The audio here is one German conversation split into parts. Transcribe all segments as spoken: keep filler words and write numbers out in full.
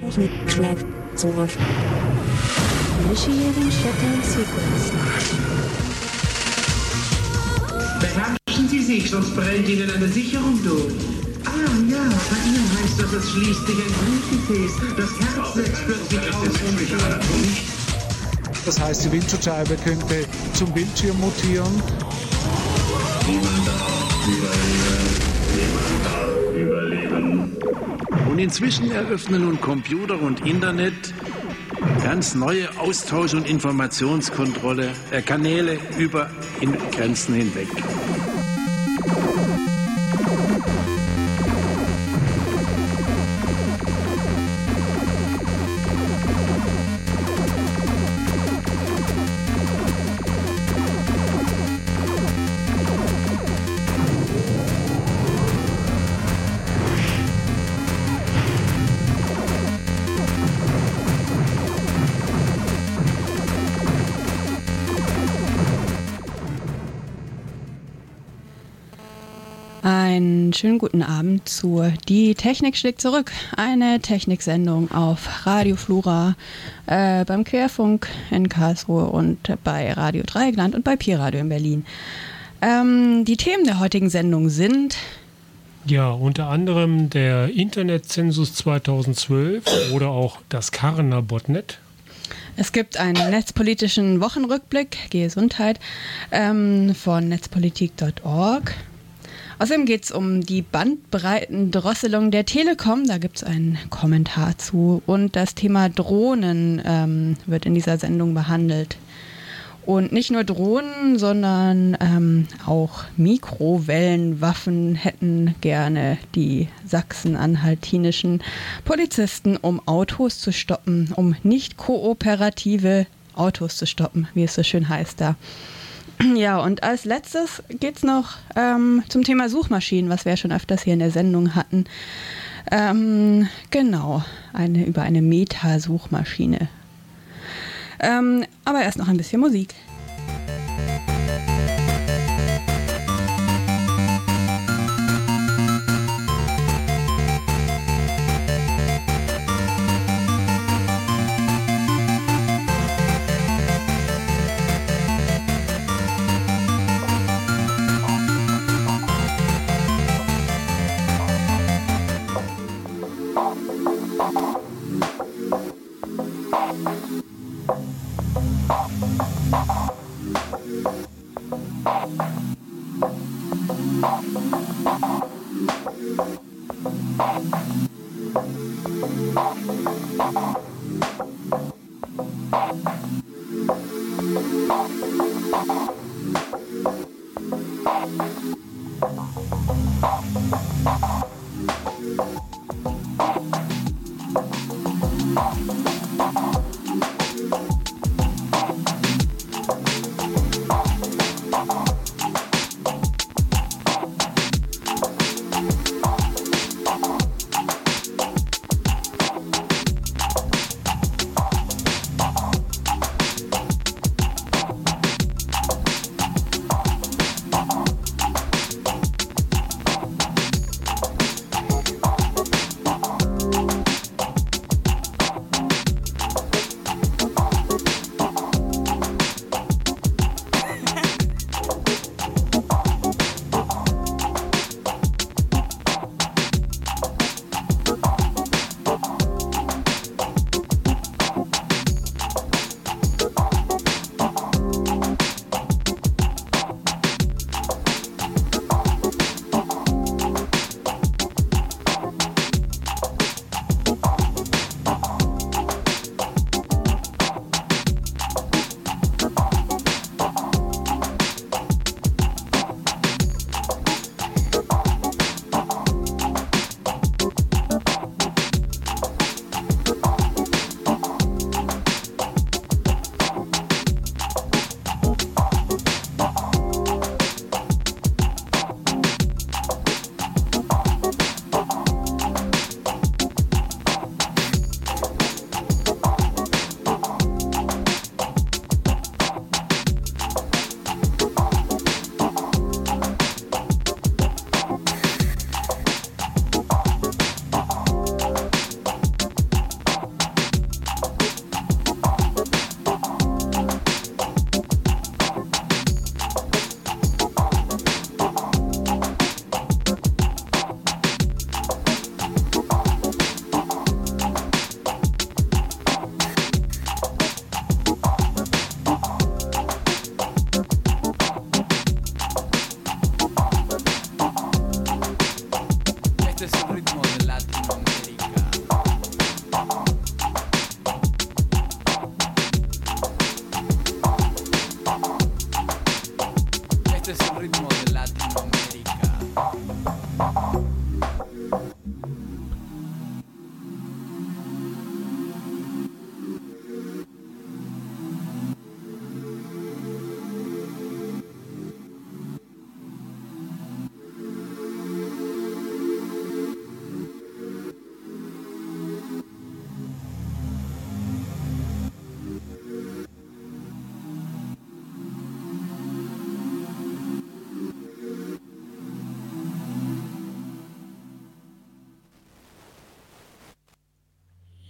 Initiating shutdown sequence. Beherrschen Sie sich, sonst brennt Ihnen eine Sicherung durch. Ah ja, bei Ihnen heißt das, es schließt sich ein Blutgefäß. Das Herz setzt plötzlich aus. Das heißt, die Windschutzscheibe könnte zum Bildschirm mutieren. Niemand darf überleben. Niemand darf überleben. Und inzwischen eröffnen nun Computer und Internet ganz neue Austausch- und Informationskontrolle äh, Kanäle über in Grenzen hinweg. Einen schönen guten Abend zu Die Technik schlägt zurück. Eine Techniksendung auf Radio Flora, äh, beim Querfunk in Karlsruhe und bei Radio Dreieckland und bei Pi Radio in Berlin. Ähm, die Themen der heutigen Sendung sind... Ja, unter anderem der Internetzensus zweitausendzwölf oder auch das Karner Botnet. Es gibt einen netzpolitischen Wochenrückblick, Gesundheit, ähm, von netzpolitik punkt org. Außerdem geht es um die Bandbreitendrosselung der Telekom, da gibt es einen Kommentar zu. Und das Thema Drohnen ähm, wird in dieser Sendung behandelt. Und nicht nur Drohnen, sondern ähm, auch Mikrowellenwaffen hätten gerne die sachsen-anhaltinischen Polizisten, um Autos zu stoppen, um nicht kooperative Autos zu stoppen, wie es so schön heißt da. Ja, und als letztes geht es noch ähm, zum Thema Suchmaschinen, was wir ja schon öfters hier in der Sendung hatten. Ähm, genau, eine, über eine Meta-Suchmaschine. Ähm, aber erst noch ein bisschen Musik.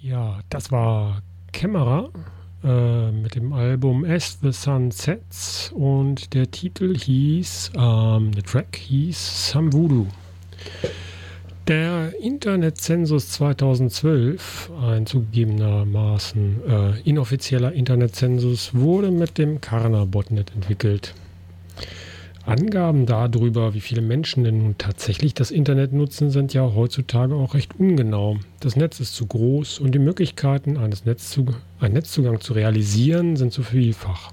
Ja, das war Camera äh, mit dem Album As the Sun Sets und der Titel hieß, ähm, der Track hieß Some Voodoo. Der Internetzensus zweitausendzwölf, ein zugegebenermaßen äh, inoffizieller Internetzensus, wurde mit dem Karna-Botnet entwickelt. Angaben darüber, wie viele Menschen denn nun tatsächlich das Internet nutzen, sind ja heutzutage auch recht ungenau. Das Netz ist zu groß und die Möglichkeiten, eines Netzzug- einen Netzzugang zu realisieren, sind zu vielfach.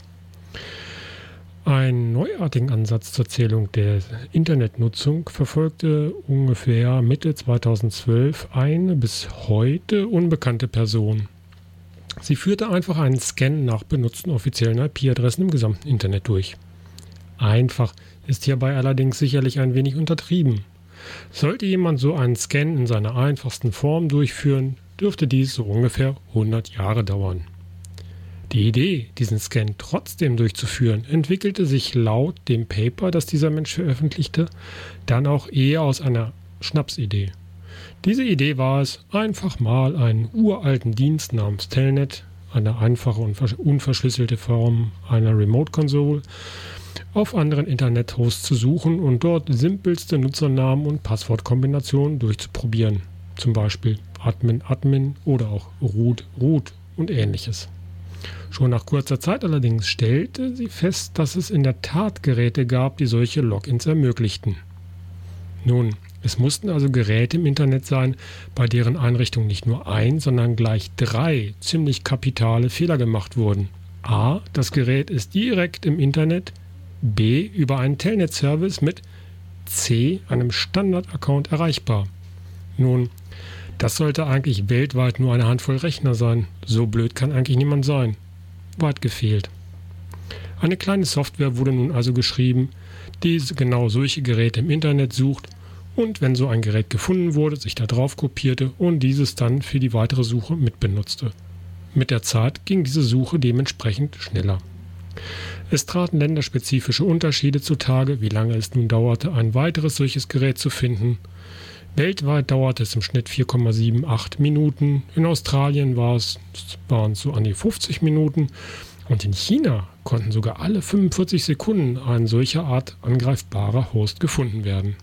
Einen neuartigen Ansatz zur Zählung der Internetnutzung verfolgte ungefähr Mitte zweitausendzwölf eine bis heute unbekannte Person. Sie führte einfach einen Scan nach benutzten offiziellen I P-Adressen im gesamten Internet durch. Einfach ist hierbei allerdings sicherlich ein wenig untertrieben. Sollte jemand so einen Scan in seiner einfachsten Form durchführen, dürfte dies so ungefähr hundert Jahre dauern. Die Idee, diesen Scan trotzdem durchzuführen, entwickelte sich laut dem Paper, das dieser Mensch veröffentlichte, dann auch eher aus einer Schnapsidee. Diese Idee war es, einfach mal einen uralten Dienst namens Telnet, eine einfache und unverschlüsselte Form einer Remote Console, auf anderen Internet-Hosts zu suchen und dort simpelste Nutzernamen und Passwortkombinationen durchzuprobieren. Zum Beispiel Admin Admin oder auch Root Root und ähnliches. Schon nach kurzer Zeit allerdings stellte sie fest, dass es in der Tat Geräte gab, die solche Logins ermöglichten. Nun, es mussten also Geräte im Internet sein, bei deren Einrichtung nicht nur ein, sondern gleich drei ziemlich kapitale Fehler gemacht wurden. A. Das Gerät ist direkt im Internet. B. Über einen Telnet-Service mit C. einem Standard-Account erreichbar. Nun, das sollte eigentlich weltweit nur eine Handvoll Rechner sein. So blöd kann eigentlich niemand sein. Weit gefehlt. Eine kleine Software wurde nun also geschrieben, die genau solche Geräte im Internet sucht und wenn so ein Gerät gefunden wurde, sich da drauf kopierte und dieses dann für die weitere Suche mitbenutzte. Mit der Zeit ging diese Suche dementsprechend schneller. Es traten länderspezifische Unterschiede zutage, wie lange es nun dauerte, ein weiteres solches Gerät zu finden. Weltweit dauerte es im Schnitt vier Komma achtundsiebzig Minuten, in Australien war es, waren es so an die fünfzig Minuten und in China konnten sogar alle fünfundvierzig Sekunden ein solcher Art angreifbarer Host gefunden werden.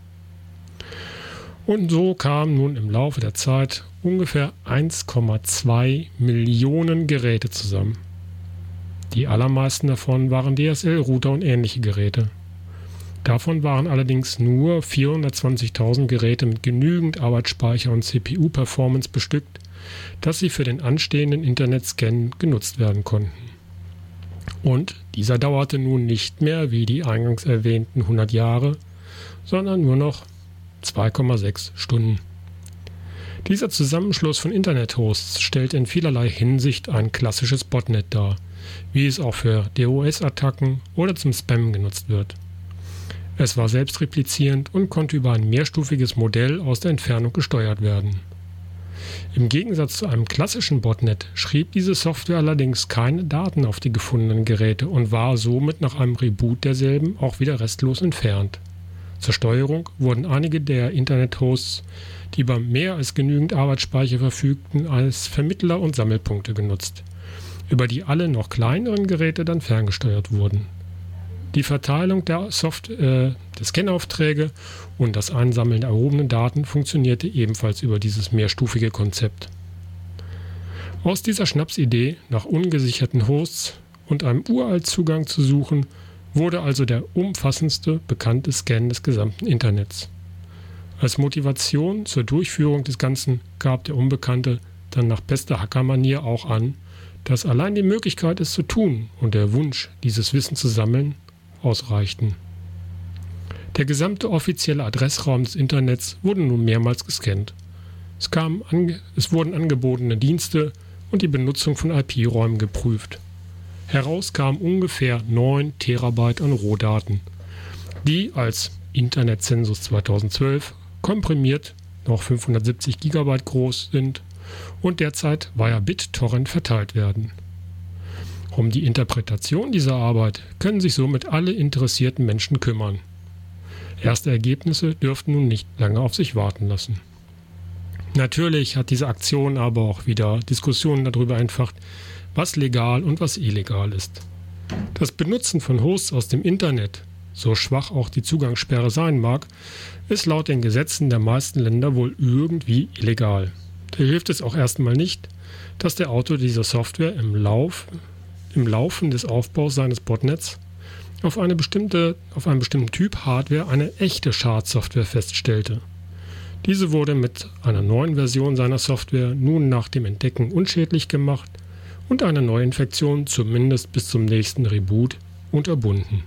Und so kamen nun im Laufe der Zeit ungefähr eins Komma zwei Millionen Geräte zusammen. Die allermeisten davon waren D S L-Router und ähnliche Geräte. Davon waren allerdings nur vierhundertzwanzigtausend Geräte mit genügend Arbeitsspeicher und C P U-Performance bestückt, dass sie für den anstehenden Internetscan genutzt werden konnten. Und dieser dauerte nun nicht mehr wie die eingangs erwähnten hundert Jahre, sondern nur noch zwei Komma sechs Stunden. Dieser Zusammenschluss von Internet-Hosts stellt in vielerlei Hinsicht ein klassisches Botnet dar, wie es auch für DOS-Attacken oder zum Spam genutzt wird. Es war selbstreplizierend und konnte über ein mehrstufiges Modell aus der Entfernung gesteuert werden. Im Gegensatz zu einem klassischen Botnet schrieb diese Software allerdings keine Daten auf die gefundenen Geräte und war somit nach einem Reboot derselben auch wieder restlos entfernt. Zur Steuerung wurden einige der Internet-Hosts, die über mehr als genügend Arbeitsspeicher verfügten, als Vermittler und Sammelpunkte genutzt, über die alle noch kleineren Geräte dann ferngesteuert wurden. Die Verteilung der, Soft- äh, der Scanaufträge und das Einsammeln der erhobenen Daten funktionierte ebenfalls über dieses mehrstufige Konzept. Aus dieser Schnapsidee, nach ungesicherten Hosts und einem uralt Zugang zu suchen, wurde also der umfassendste bekannte Scan des gesamten Internets. Als Motivation zur Durchführung des Ganzen gab der Unbekannte dann nach bester Hackermanier auch an, dass allein die Möglichkeit, es zu tun und der Wunsch, dieses Wissen zu sammeln, ausreichten. Der gesamte offizielle Adressraum des Internets wurde nun mehrmals gescannt. Es, kamen ange- es wurden angebotene Dienste und die Benutzung von I P-Räumen geprüft. Heraus kamen ungefähr neun Terabyte an Rohdaten, die als Internetzensus zweitausendzwölf komprimiert noch fünfhundertsiebzig Gigabyte groß sind und derzeit via BitTorrent verteilt werden. Um die Interpretation dieser Arbeit können sich somit alle interessierten Menschen kümmern. Erste Ergebnisse dürften nun nicht lange auf sich warten lassen. Natürlich hat diese Aktion aber auch wieder Diskussionen darüber entfacht, was legal und was illegal ist. Das Benutzen von Hosts aus dem Internet, so schwach auch die Zugangssperre sein mag, ist laut den Gesetzen der meisten Länder wohl irgendwie illegal. Da hilft es auch erstmal nicht, dass der Autor dieser Software im, Lauf, im Laufen des Aufbaus seines Botnets auf, eine bestimmte, auf einen bestimmten Typ Hardware eine echte Schadsoftware feststellte. Diese wurde mit einer neuen Version seiner Software nun nach dem Entdecken unschädlich gemacht und eine Neuinfektion zumindest bis zum nächsten Reboot unterbunden.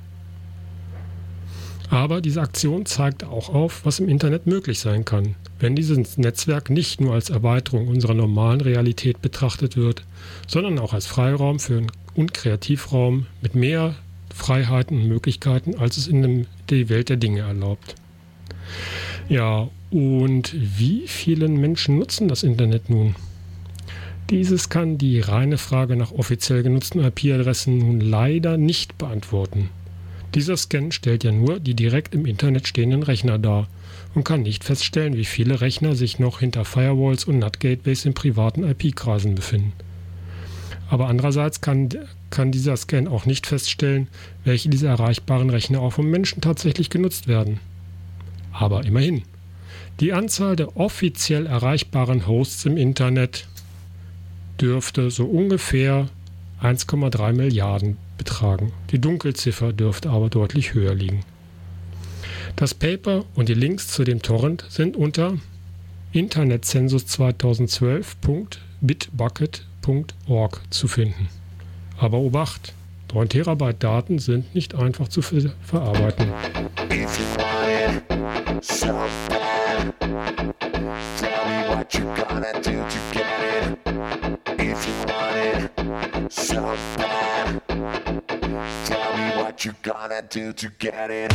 Aber diese Aktion zeigt auch auf, was im Internet möglich sein kann, wenn dieses Netzwerk nicht nur als Erweiterung unserer normalen Realität betrachtet wird, sondern auch als Freiraum für und Kreativraum mit mehr Freiheiten und Möglichkeiten, als es in dem, die Welt der Dinge erlaubt. Ja, und wie viele Menschen nutzen das Internet nun? Dieses kann die reine Frage nach offiziell genutzten I P-Adressen nun leider nicht beantworten. Dieser Scan stellt ja nur die direkt im Internet stehenden Rechner dar und kann nicht feststellen, wie viele Rechner sich noch hinter Firewalls und N A T-Gateways in privaten I P-Kreisen befinden. Aber andererseits kann, kann dieser Scan auch nicht feststellen, welche dieser erreichbaren Rechner auch vom Menschen tatsächlich genutzt werden. Aber immerhin. Die Anzahl der offiziell erreichbaren Hosts im Internet dürfte so ungefähr eins Komma drei Milliarden betragen. Die Dunkelziffer dürfte aber deutlich höher liegen. Das Paper und die Links zu dem Torrent sind unter internetcensus zweitausendzwölf punkt bitbucket punkt org zu finden. Aber Obacht, neun Terabyte Daten sind nicht einfach zu ver- verarbeiten. If you want it so bad, tell me what you gonna do to get it. If you want it so bad, tell me what you gonna do to get it.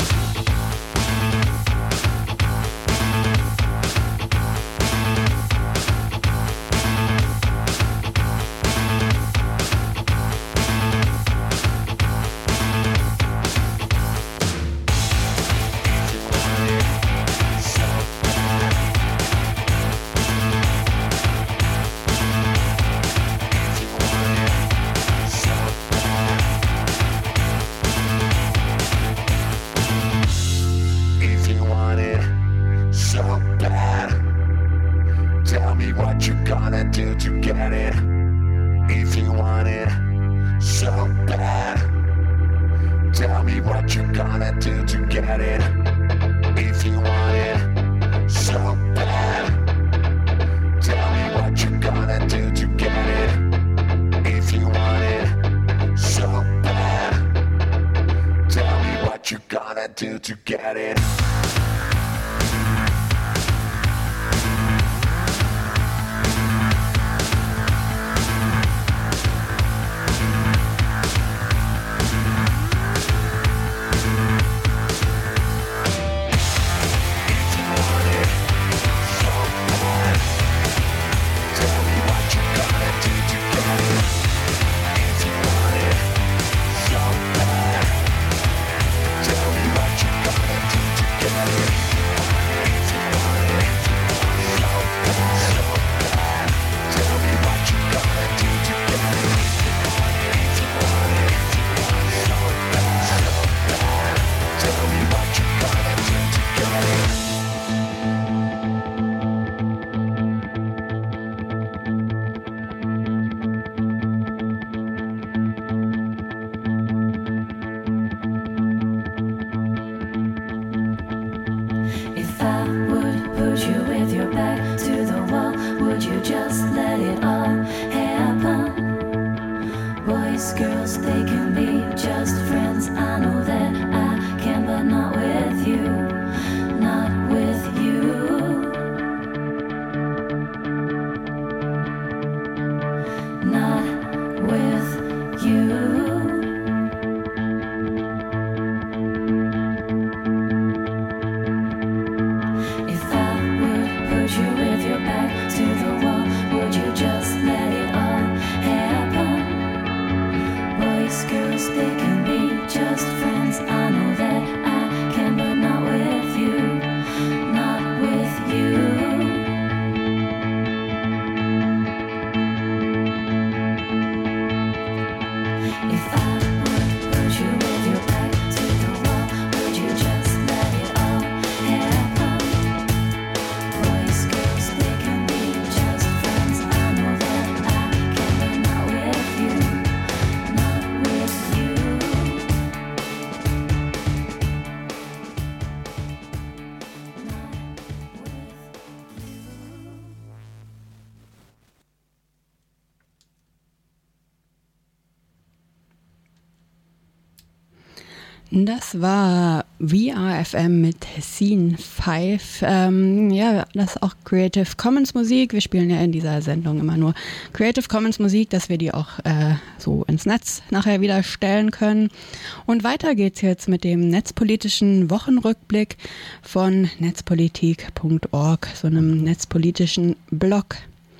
What you gonna do to get it? If you want it so bad, tell me what you gonna do to get it. If you want it so bad, tell me what you gonna do to get it. If you want it so bad, tell me what you gonna do to get it. Boy Scouts Das war V R F M mit Scene fünf. Ähm, ja, das ist auch Creative Commons Musik. Wir spielen ja in dieser Sendung immer nur Creative Commons Musik, dass wir die auch äh, so ins Netz nachher wieder stellen können. Und weiter geht's jetzt mit dem netzpolitischen Wochenrückblick von netzpolitik punkt org, so einem netzpolitischen Blog.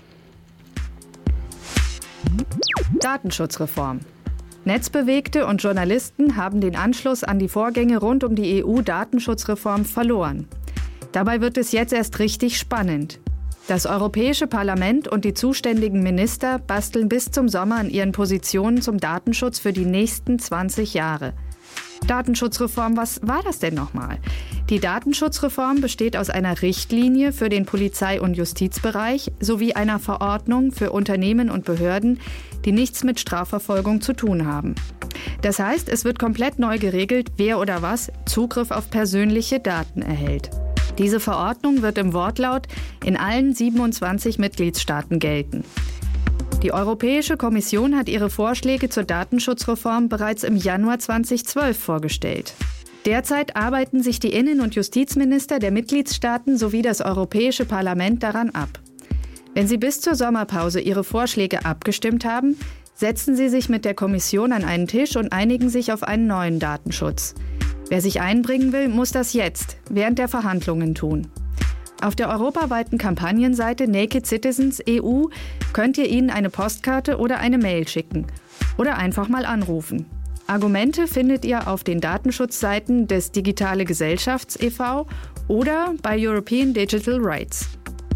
Datenschutzreform. Netzbewegte und Journalisten haben den Anschluss an die Vorgänge rund um die E U-Datenschutzreform verloren. Dabei wird es jetzt erst richtig spannend. Das Europäische Parlament und die zuständigen Minister basteln bis zum Sommer an ihren Positionen zum Datenschutz für die nächsten zwanzig Jahre. Datenschutzreform, was war das denn nochmal? Die Datenschutzreform besteht aus einer Richtlinie für den Polizei- und Justizbereich sowie einer Verordnung für Unternehmen und Behörden, die nichts mit Strafverfolgung zu tun haben. Das heißt, es wird komplett neu geregelt, wer oder was Zugriff auf persönliche Daten erhält. Diese Verordnung wird im Wortlaut in allen siebenundzwanzig Mitgliedstaaten gelten. Die Europäische Kommission hat ihre Vorschläge zur Datenschutzreform bereits im Januar zweitausendzwölf vorgestellt. Derzeit arbeiten sich die Innen- und Justizminister der Mitgliedstaaten sowie das Europäische Parlament daran ab. Wenn sie bis zur Sommerpause ihre Vorschläge abgestimmt haben, setzen sie sich mit der Kommission an einen Tisch und einigen sich auf einen neuen Datenschutz. Wer sich einbringen will, muss das jetzt, während der Verhandlungen tun. Auf der europaweiten Kampagnenseite Naked Citizens E U könnt ihr ihnen eine Postkarte oder eine Mail schicken oder einfach mal anrufen. Argumente findet ihr auf den Datenschutzseiten des Digitale Gesellschafts e V oder bei European Digital Rights.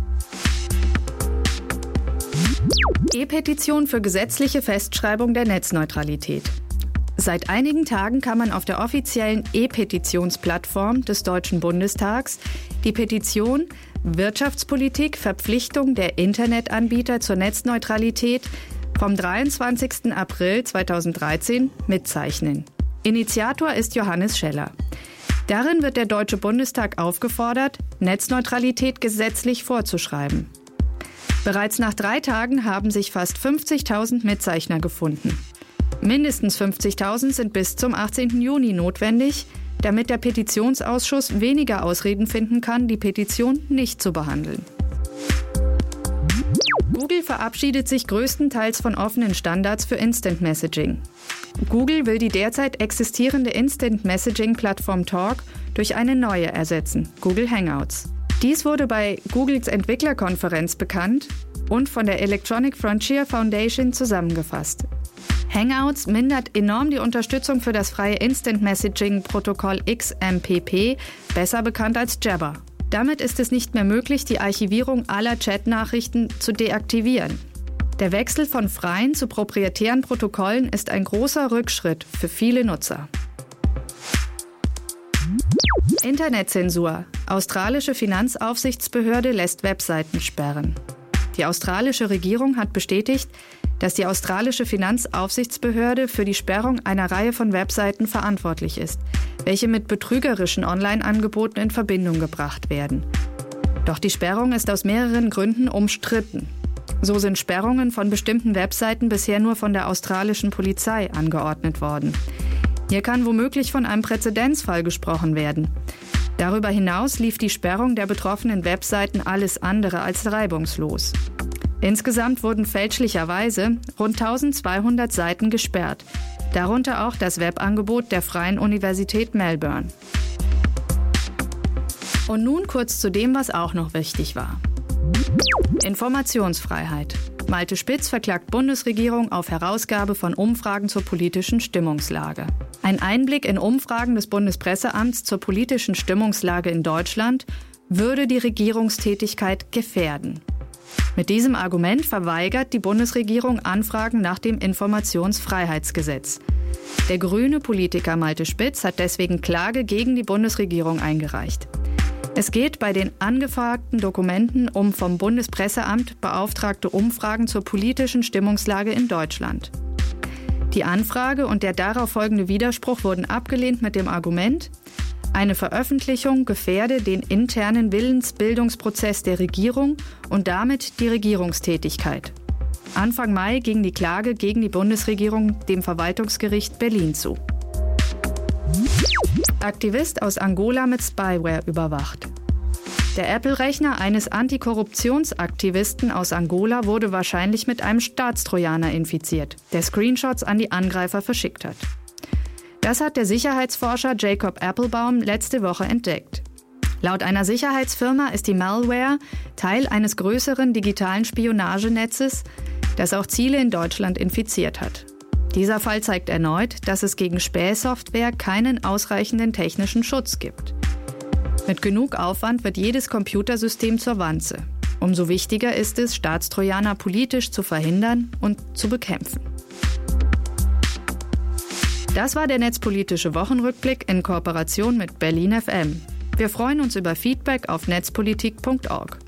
E-Petition für gesetzliche Festschreibung der Netzneutralität. Seit einigen Tagen kann man auf der offiziellen E-Petitionsplattform des Deutschen Bundestags die Petition Wirtschaftspolitik, Verpflichtung der Internetanbieter zur Netzneutralität vom dreiundzwanzigsten April zweitausenddreizehn mitzeichnen. Initiator ist Johannes Scheller. Darin wird der Deutsche Bundestag aufgefordert, Netzneutralität gesetzlich vorzuschreiben. Bereits nach drei Tagen haben sich fast fünfzigtausend Mitzeichner gefunden. Mindestens fünfzigtausend sind bis zum achtzehnten Juni notwendig, damit der Petitionsausschuss weniger Ausreden finden kann, die Petition nicht zu behandeln. Google verabschiedet sich größtenteils von offenen Standards für Instant Messaging. Google will die derzeit existierende Instant Messaging-Plattform Talk durch eine neue ersetzen, Google Hangouts. Dies wurde bei Googles Entwicklerkonferenz bekannt und von der Electronic Frontier Foundation zusammengefasst. Hangouts mindert enorm die Unterstützung für das freie Instant Messaging-Protokoll X M P P, besser bekannt als Jabber. Damit ist es nicht mehr möglich, die Archivierung aller Chatnachrichten zu deaktivieren. Der Wechsel von freien zu proprietären Protokollen ist ein großer Rückschritt für viele Nutzer. Internetzensur. Australische Finanzaufsichtsbehörde lässt Webseiten sperren. Die australische Regierung hat bestätigt, dass die australische Finanzaufsichtsbehörde für die Sperrung einer Reihe von Webseiten verantwortlich ist, welche mit betrügerischen Online-Angeboten in Verbindung gebracht werden. Doch die Sperrung ist aus mehreren Gründen umstritten. So sind Sperrungen von bestimmten Webseiten bisher nur von der australischen Polizei angeordnet worden. Hier kann womöglich von einem Präzedenzfall gesprochen werden. Darüber hinaus lief die Sperrung der betroffenen Webseiten alles andere als reibungslos. Insgesamt wurden fälschlicherweise rund eintausendzweihundert Seiten gesperrt, darunter auch das Webangebot der Freien Universität Melbourne. Und nun kurz zu dem, was auch noch wichtig war. Informationsfreiheit. Malte Spitz verklagt Bundesregierung auf Herausgabe von Umfragen zur politischen Stimmungslage. Ein Einblick in Umfragen des Bundespresseamts zur politischen Stimmungslage in Deutschland würde die Regierungstätigkeit gefährden. Mit diesem Argument verweigert die Bundesregierung Anfragen nach dem Informationsfreiheitsgesetz. Der grüne Politiker Malte Spitz hat deswegen Klage gegen die Bundesregierung eingereicht. Es geht bei den angefragten Dokumenten um vom Bundespresseamt beauftragte Umfragen zur politischen Stimmungslage in Deutschland. Die Anfrage und der darauf folgende Widerspruch wurden abgelehnt mit dem Argument, eine Veröffentlichung gefährde den internen Willensbildungsprozess der Regierung und damit die Regierungstätigkeit. Anfang Mai ging die Klage gegen die Bundesregierung dem Verwaltungsgericht Berlin zu. Aktivist aus Angola mit Spyware überwacht. Der Apple-Rechner eines Antikorruptionsaktivisten aus Angola wurde wahrscheinlich mit einem Staatstrojaner infiziert, der Screenshots an die Angreifer verschickt hat. Das hat der Sicherheitsforscher Jacob Appelbaum letzte Woche entdeckt. Laut einer Sicherheitsfirma ist die Malware Teil eines größeren digitalen Spionagenetzes, das auch Ziele in Deutschland infiziert hat. Dieser Fall zeigt erneut, dass es gegen Spähsoftware keinen ausreichenden technischen Schutz gibt. Mit genug Aufwand wird jedes Computersystem zur Wanze. Umso wichtiger ist es, Staatstrojaner politisch zu verhindern und zu bekämpfen. Das war der Netzpolitische Wochenrückblick in Kooperation mit Berlin F M. Wir freuen uns über Feedback auf netzpolitik punkt org.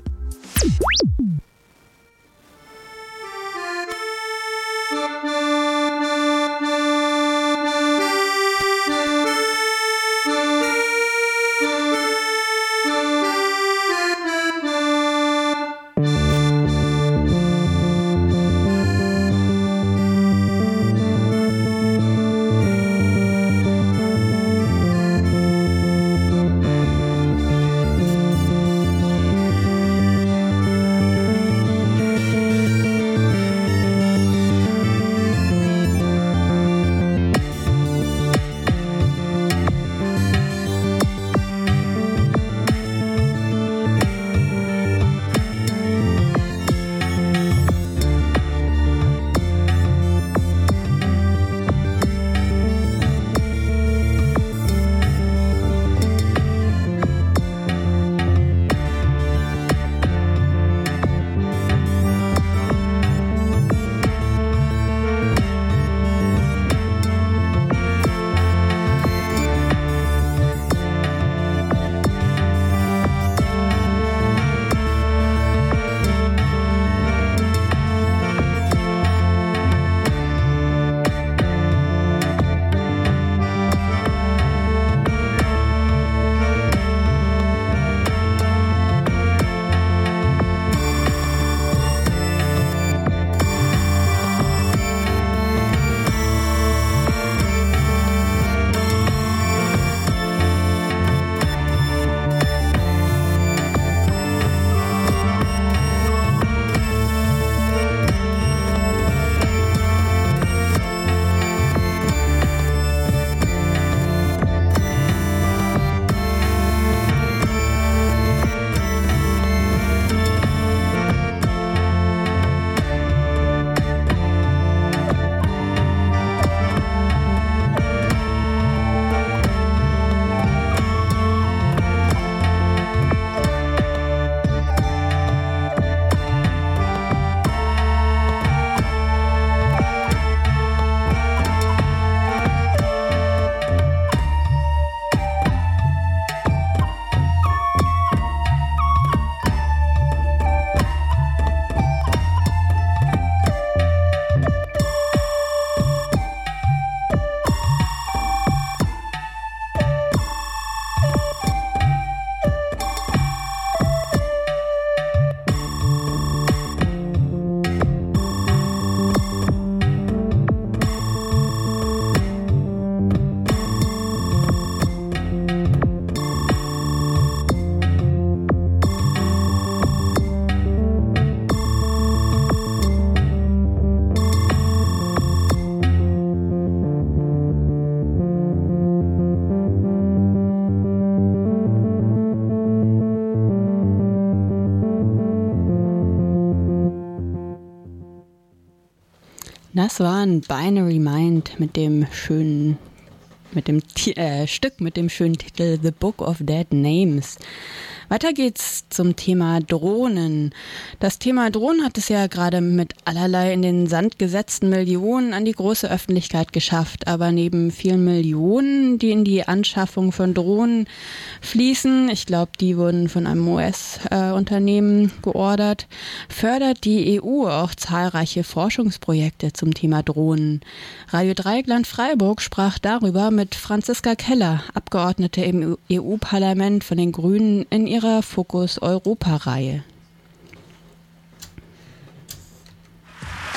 Das war ein Binary Mind mit dem schönen, mit dem äh, Stück mit dem schönen Titel The Book of Dead Names. Weiter geht's zum Thema Drohnen. Das Thema Drohnen hat es ja gerade mit allerlei in den Sand gesetzten Millionen an die große Öffentlichkeit geschafft. Aber neben vielen Millionen, die in die Anschaffung von Drohnen fließen, ich glaube, die wurden von einem U S-Unternehmen äh, geordert, fördert die E U auch zahlreiche Forschungsprojekte zum Thema Drohnen. Radio Dreieckland Freiburg sprach darüber mit Franziska Keller, Abgeordnete im E U-Parlament von den Grünen, in ihrer Fokus Europa-Reihe.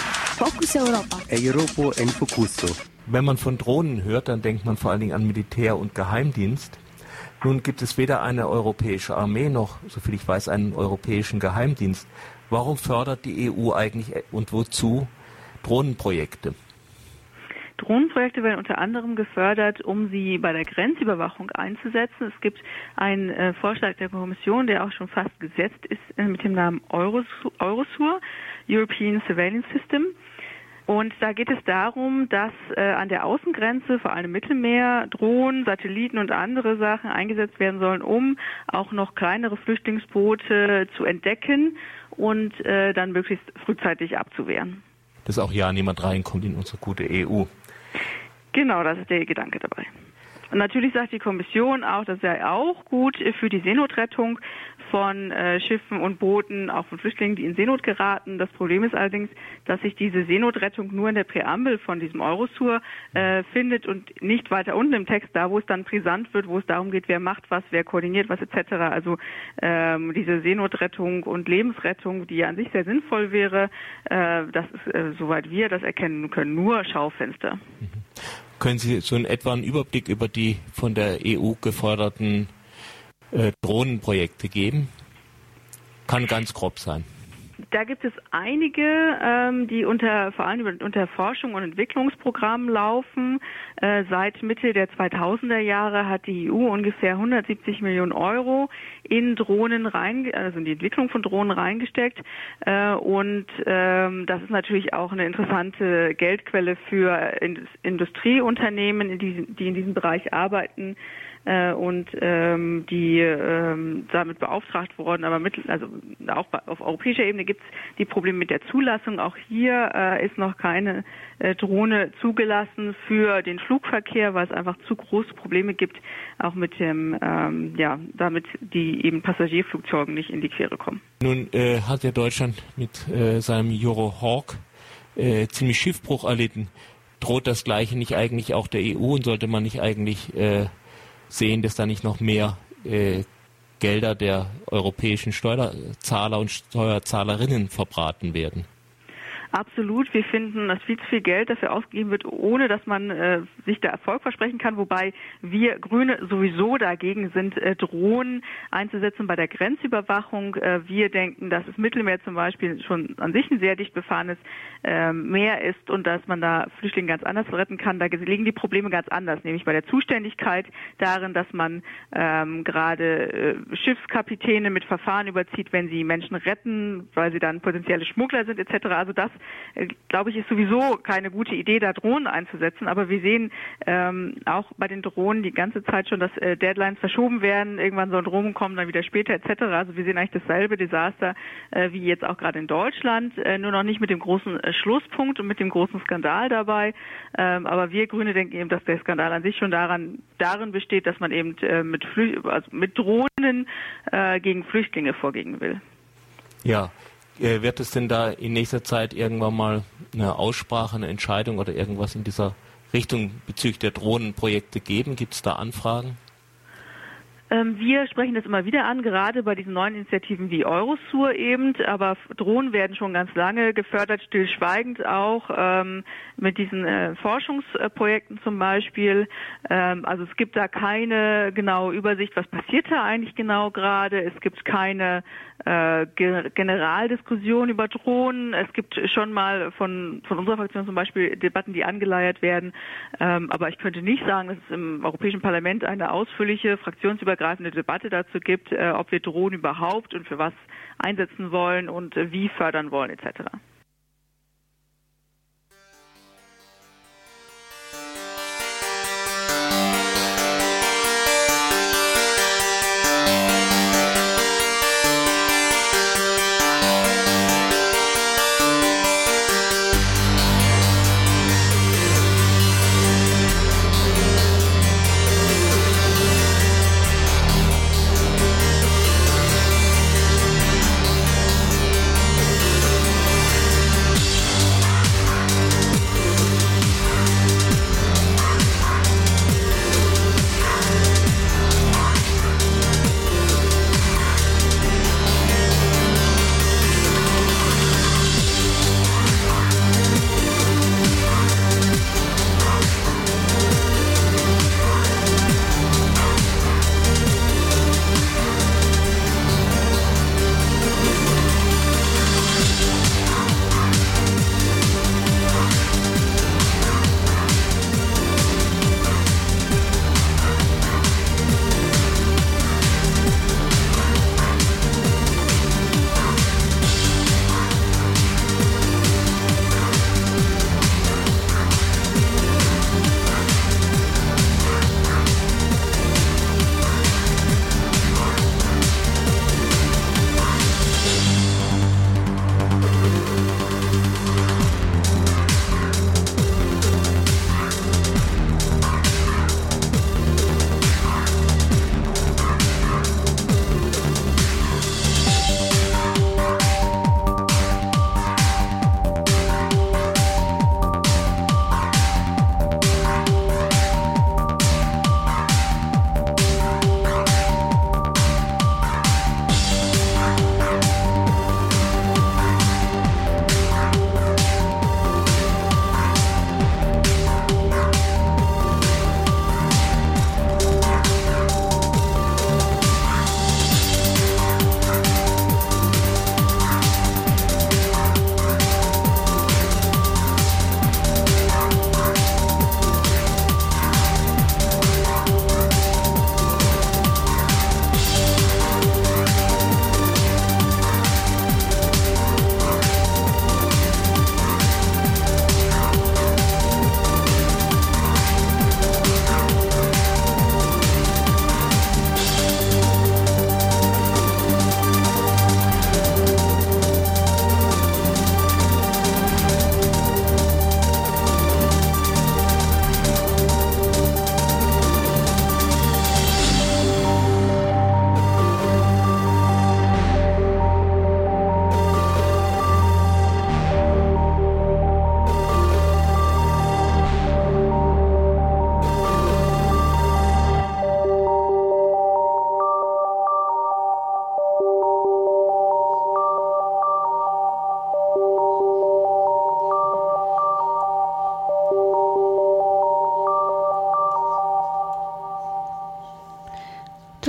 Focus Europa. Europa en Focuso. Wenn man von Drohnen hört, dann denkt man vor allen Dingen an Militär und Geheimdienst. Nun gibt es weder eine europäische Armee noch, soviel ich weiß, einen europäischen Geheimdienst. Warum fördert die E U eigentlich und wozu Drohnenprojekte? Drohnenprojekte werden unter anderem gefördert, um sie bei der Grenzüberwachung einzusetzen. Es gibt einen äh, Vorschlag der Kommission, der auch schon fast gesetzt ist, äh, mit dem Namen Eurosur, Eurosur, European Surveillance System. Und da geht es darum, dass äh, an der Außengrenze, vor allem im Mittelmeer, Drohnen, Satelliten und andere Sachen eingesetzt werden sollen, um auch noch kleinere Flüchtlingsboote zu entdecken und äh, dann möglichst frühzeitig abzuwehren. Dass auch ja niemand reinkommt in unsere gute E U. Genau, das ist der Gedanke dabei. Und natürlich sagt die Kommission auch, das sei auch gut für die Seenotrettung von äh, Schiffen und Booten, auch von Flüchtlingen, die in Seenot geraten. Das Problem ist allerdings, dass sich diese Seenotrettung nur in der Präambel von diesem Eurosur äh, findet und nicht weiter unten im Text, da wo es dann brisant wird, wo es darum geht, wer macht was, wer koordiniert was et cetera. Also ähm, diese Seenotrettung und Lebensrettung, die ja an sich sehr sinnvoll wäre, äh, das ist, äh, soweit wir das erkennen können, nur Schaufenster. Mhm. Können Sie so in etwa einen Überblick über die von der E U geförderten äh, Drohnenprojekte geben? Kann ganz grob sein. Da gibt es einige, ähm, die unter vor allem unter Forschung und Entwicklungsprogrammen laufen. Äh, seit Mitte der zweitausender Jahre hat die E U ungefähr hundertsiebzig Millionen Euro in Drohnen rein, also in die Entwicklung von Drohnen reingesteckt. Äh, und ähm, das ist natürlich auch eine interessante Geldquelle für in, Industrieunternehmen, in diesen, die in diesem Bereich arbeiten. Äh, und ähm, die ähm, damit beauftragt wurden, aber mit, also auch bei, auf europäischer Ebene gibt es die Probleme mit der Zulassung. Auch hier äh, ist noch keine äh, Drohne zugelassen für den Flugverkehr, weil es einfach zu große Probleme gibt, auch mit dem, ähm, ja, damit die eben Passagierflugzeuge nicht in die Quere kommen. Nun äh, hat ja Deutschland mit äh, seinem Eurohawk äh, ziemlich Schiffbruch erlitten. Droht das Gleiche nicht eigentlich auch der E U und sollte man nicht eigentlich äh, sehen, dass da nicht noch mehr äh, Gelder der europäischen Steuerzahler und Steuerzahlerinnen verbraten werden? Absolut. Wir finden, dass viel zu viel Geld dafür ausgegeben wird, ohne dass man äh, sich da Erfolg versprechen kann. Wobei wir Grüne sowieso dagegen sind, äh, Drohnen einzusetzen bei der Grenzüberwachung. Äh, wir denken, dass das Mittelmeer zum Beispiel schon an sich ein sehr dicht befahrenes äh, Meer ist und dass man da Flüchtlinge ganz anders retten kann. Da liegen die Probleme ganz anders, nämlich bei der Zuständigkeit darin, dass man ähm, gerade äh, Schiffskapitäne mit Verfahren überzieht, wenn sie Menschen retten, weil sie dann potenzielle Schmuggler sind et cetera. Also das glaube ich, ist sowieso keine gute Idee, da Drohnen einzusetzen. Aber wir sehen ähm, auch bei den Drohnen die ganze Zeit schon, dass äh, Deadlines verschoben werden. Irgendwann sollen Drohnen kommen, dann wieder später et cetera. Also wir sehen eigentlich dasselbe Desaster äh, wie jetzt auch gerade in Deutschland, äh, nur noch nicht mit dem großen äh, Schlusspunkt und mit dem großen Skandal dabei. Ähm, aber wir Grüne denken eben, dass der Skandal an sich schon daran darin besteht, dass man eben äh, mit, Flü- also mit Drohnen äh, gegen Flüchtlinge vorgehen will. Ja. Wird es denn da in nächster Zeit irgendwann mal eine Aussprache, eine Entscheidung oder irgendwas in dieser Richtung bezüglich der Drohnenprojekte geben? Gibt es da Anfragen? Ähm, wir sprechen das immer wieder an, gerade bei diesen neuen Initiativen wie Eurosur eben, aber Drohnen werden schon ganz lange gefördert, stillschweigend auch, ähm, mit diesen äh, Forschungsprojekten zum Beispiel. Ähm, also es gibt da keine genaue Übersicht, was passiert da eigentlich genau gerade. Es gibt keine äh, Ge- Generaldiskussion über Drohnen. Es gibt schon mal von, von unserer Fraktion zum Beispiel Debatten, die angeleiert werden, ähm, aber ich könnte nicht sagen, dass es im Europäischen Parlament eine ausführliche, fraktionsübergreifende Debatte dazu gibt, äh, ob wir Drohnen überhaupt und für was einsetzen wollen und äh, wie fördern wollen et cetera.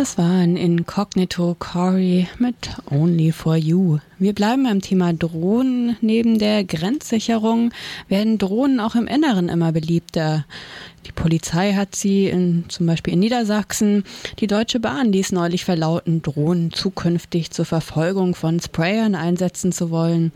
Das waren Incognito Corey mit Only for You. Wir bleiben beim Thema Drohnen. Neben der Grenzsicherung werden Drohnen auch im Inneren immer beliebter. Die Polizei hat sie in, zum Beispiel in Niedersachsen. Die Deutsche Bahn ließ neulich verlauten, Drohnen zukünftig zur Verfolgung von Sprayern einsetzen zu wollen.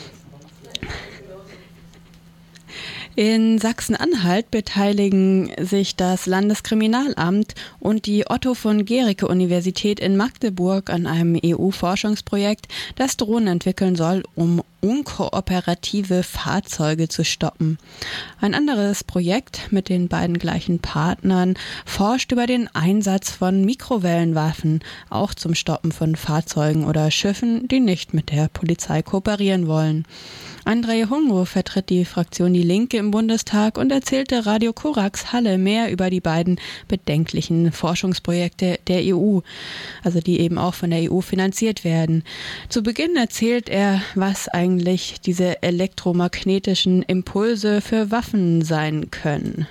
In Sachsen-Anhalt beteiligen sich das Landeskriminalamt und die Otto von Guericke Universität in Magdeburg an einem E U-Forschungsprojekt, das Drohnen entwickeln soll, um unkooperative Fahrzeuge zu stoppen. Ein anderes Projekt mit den beiden gleichen Partnern forscht über den Einsatz von Mikrowellenwaffen, auch zum Stoppen von Fahrzeugen oder Schiffen, die nicht mit der Polizei kooperieren wollen. André Hungo vertritt die Fraktion Die Linke im Bundestag und erzählte Radio Korax Halle mehr über die beiden bedenklichen Forschungsprojekte der E U, also die eben auch von der E U finanziert werden. Zu Beginn erzählt er, was eigentlich diese elektromagnetischen Impulse für Waffen sein können.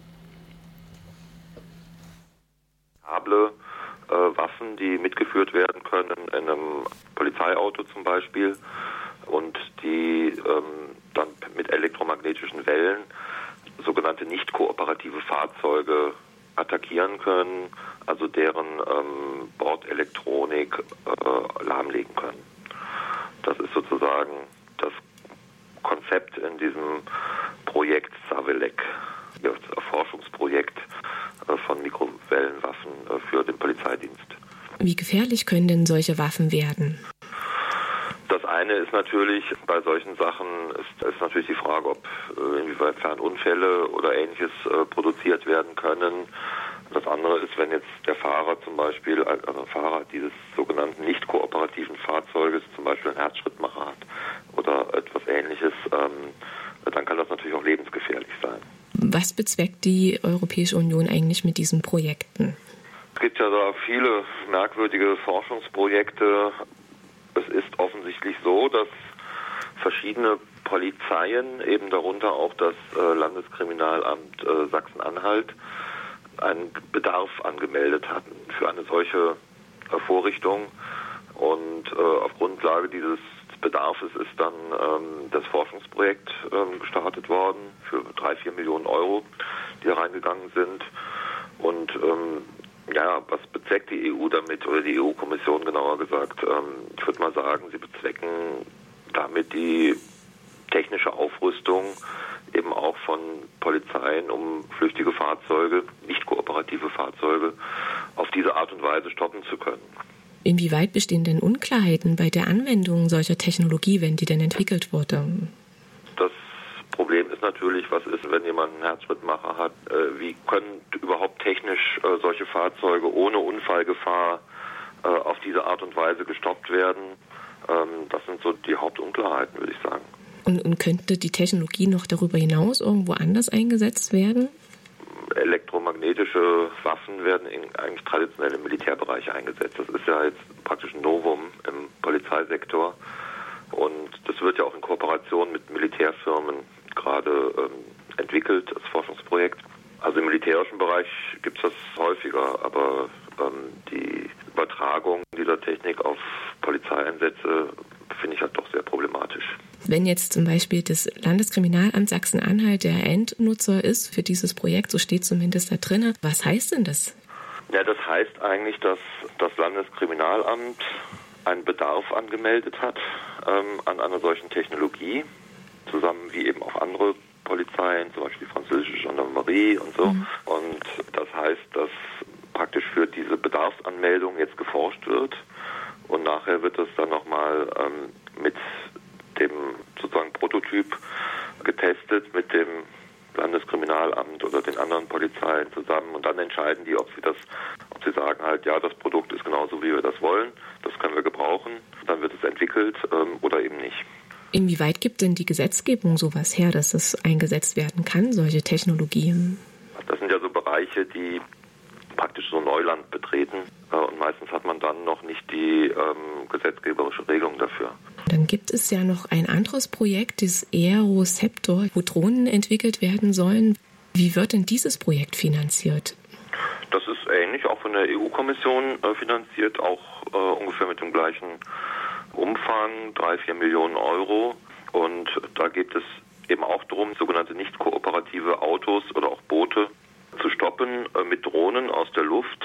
Hable äh, Waffen, die mitgeführt werden können in einem Polizeiauto zum Beispiel, und die ähm, dann mit elektromagnetischen Wellen sogenannte nicht kooperative Fahrzeuge attackieren können, also deren ähm, Bordelektronik äh, lahmlegen können. Das ist sozusagen das Konzept in diesem Projekt Savelec, das Forschungsprojekt äh, von Mikrowellenwaffen äh, für den Polizeidienst. Wie gefährlich können denn solche Waffen werden? Das eine ist natürlich, bei solchen Sachen ist, ist natürlich die Frage, ob äh, inwieweit Unfälle oder Ähnliches äh, produziert werden können. Das andere ist, wenn jetzt der Fahrer zum Beispiel, also ein Fahrer dieses sogenannten nicht kooperativen Fahrzeuges zum Beispiel einen Herzschrittmacher hat oder etwas Ähnliches, ähm, dann kann das natürlich auch lebensgefährlich sein. Was bezweckt die Europäische Union eigentlich mit diesen Projekten? Es gibt ja da viele merkwürdige Forschungsprojekte. Es ist offensichtlich so, dass verschiedene Polizeien, eben darunter auch das äh, Landeskriminalamt äh, Sachsen-Anhalt, einen Bedarf angemeldet hatten für eine solche äh, Vorrichtung. Und äh, auf Grundlage dieses Bedarfes ist dann ähm, das Forschungsprojekt ähm, gestartet worden für drei, vier Millionen Euro, die da reingegangen sind. Und ähm, ja, was bezweckt die E U damit, oder die E U-Kommission genauer gesagt? Ähm, ich würde mal sagen, sie bezwecken damit die technische Aufrüstung eben auch von Polizeien, um flüchtige Fahrzeuge, nicht kooperative Fahrzeuge, auf diese Art und Weise stoppen zu können. Inwieweit bestehen denn Unklarheiten bei der Anwendung solcher Technologie, wenn die denn entwickelt wurde? Das Problem ist natürlich, was ist, wenn jemand einen Herzschrittmacher hat? Äh, wie können überhaupt technisch äh, solche Fahrzeuge ohne Unfallgefahr äh, auf diese Art und Weise gestoppt werden? Ähm, das sind so die Hauptunklarheiten, würde ich sagen. Und, und könnte die Technologie noch darüber hinaus irgendwo anders eingesetzt werden? Elektromagnetische Waffen werden in, eigentlich traditionell im Militärbereich eingesetzt. Das ist ja jetzt praktisch ein Novum im Polizeisektor. Und das wird ja auch in Kooperation mit Militärfirmen gerade ähm, entwickelt, das Forschungsprojekt. Also im militärischen Bereich gibt es das häufiger, aber ähm, die Übertragung dieser Technik auf Polizeieinsätze finde ich halt doch sehr problematisch. Wenn jetzt zum Beispiel das Landeskriminalamt Sachsen-Anhalt der Endnutzer ist für dieses Projekt, so steht zumindest da drin, was heißt denn das? Ja, das heißt eigentlich, dass das Landeskriminalamt einen Bedarf angemeldet hat ähm, an einer solchen Technologie, zusammen wie eben auch andere Polizeien, zum Beispiel die französische Gendarmerie und so. Mhm. Und das heißt, dass praktisch für diese Bedarfsanmeldung jetzt geforscht wird und nachher wird das dann nochmal ähm, mit dem sozusagen Prototyp getestet mit dem Landeskriminalamt oder den anderen Polizeien zusammen und dann entscheiden die, ob sie das, ob sie sagen halt, ja, das Produkt ist genauso, wie wir das wollen, das können wir gebrauchen, dann wird es entwickelt ähm, oder eben nicht. Inwieweit gibt denn die Gesetzgebung sowas her, dass das eingesetzt werden kann, solche Technologien? Das sind ja so Bereiche, die praktisch so Neuland betreten äh, und meistens hat man dann noch nicht die ähm, gesetzgeberische Regelung dafür. Dann gibt es ja noch ein anderes Projekt, das Aeroceptor, wo Drohnen entwickelt werden sollen. Wie wird denn dieses Projekt finanziert? Das ist ähnlich, auch von der E U-Kommission äh, finanziert, auch äh, ungefähr mit dem gleichen Umfang, drei, vier Millionen Euro. Und da geht es eben auch darum, sogenannte nicht kooperative Autos oder auch Boote zu stoppen äh, mit Drohnen aus der Luft.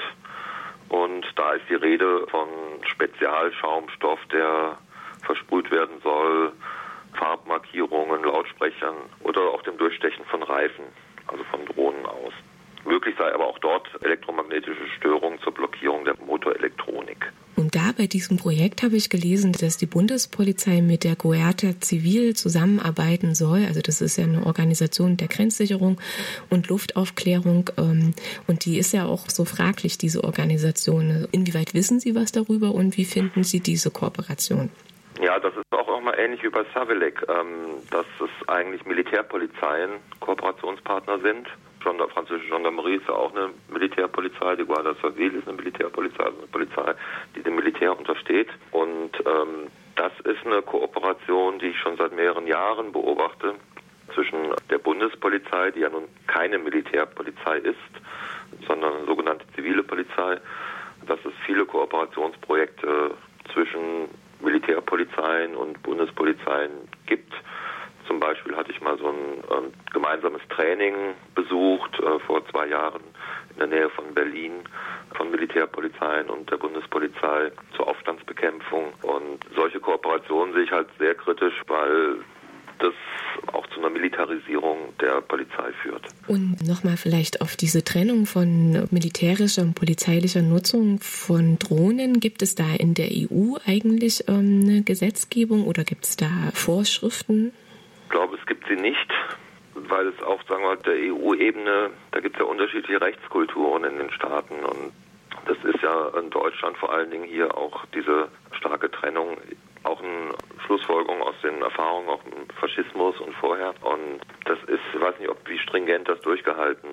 Und da ist die Rede von Spezialschaumstoff, der versprüht werden soll, Farbmarkierungen, Lautsprechern oder auch dem Durchstechen von Reifen, also von Drohnen aus. Möglich sei aber auch dort elektromagnetische Störungen zur Blockierung der Motorelektronik. Und da bei diesem Projekt habe ich gelesen, dass die Bundespolizei mit der Guardia Civil zusammenarbeiten soll. Also das ist ja eine Organisation der Grenzsicherung und Luftaufklärung. Und die ist ja auch so fraglich, diese Organisation. Inwieweit wissen Sie was darüber und wie finden Sie diese Kooperation? Ja, das ist auch mal ähnlich wie bei Savelec, dass es eigentlich Militärpolizeien Kooperationspartner sind. Die französische Gendarmerie ist ja auch eine Militärpolizei, die Guardia Civil ist eine Militärpolizei, also eine Polizei, die dem Militär untersteht. Und ähm, das ist eine Kooperation, die ich schon seit mehreren Jahren beobachte, zwischen der Bundespolizei, die ja nun keine Militärpolizei ist, sondern eine sogenannte zivile Polizei, dass es viele Kooperationsprojekte zwischen Militärpolizeien und Bundespolizeien gibt. Zum Beispiel hatte ich mal so ein ähm, gemeinsames Training besucht äh, vor zwei Jahren in der Nähe von Berlin von Militärpolizeien und der Bundespolizei zur Aufstandsbekämpfung. Und solche Kooperationen sehe ich halt sehr kritisch, weil das auch zu einer Militarisierung der Polizei führt. Und nochmal vielleicht auf diese Trennung von militärischer und polizeilicher Nutzung von Drohnen. Gibt es da in der E U eigentlich ähm, eine Gesetzgebung oder gibt es da Vorschriften? Ich glaube, es gibt sie nicht, weil es auf, sagen wir, der E U-Ebene, da gibt es ja unterschiedliche Rechtskulturen in den Staaten und das ist ja in Deutschland vor allen Dingen hier auch diese starke Trennung, auch eine Schlussfolgerung aus den Erfahrungen auch im Faschismus und vorher und das ist, ich weiß nicht, ob wie stringent das durchgehalten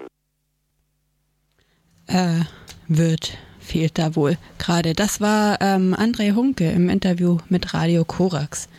äh, wird. Fehlt da wohl gerade. Das war ähm, André Hunke im Interview mit Radio Korax.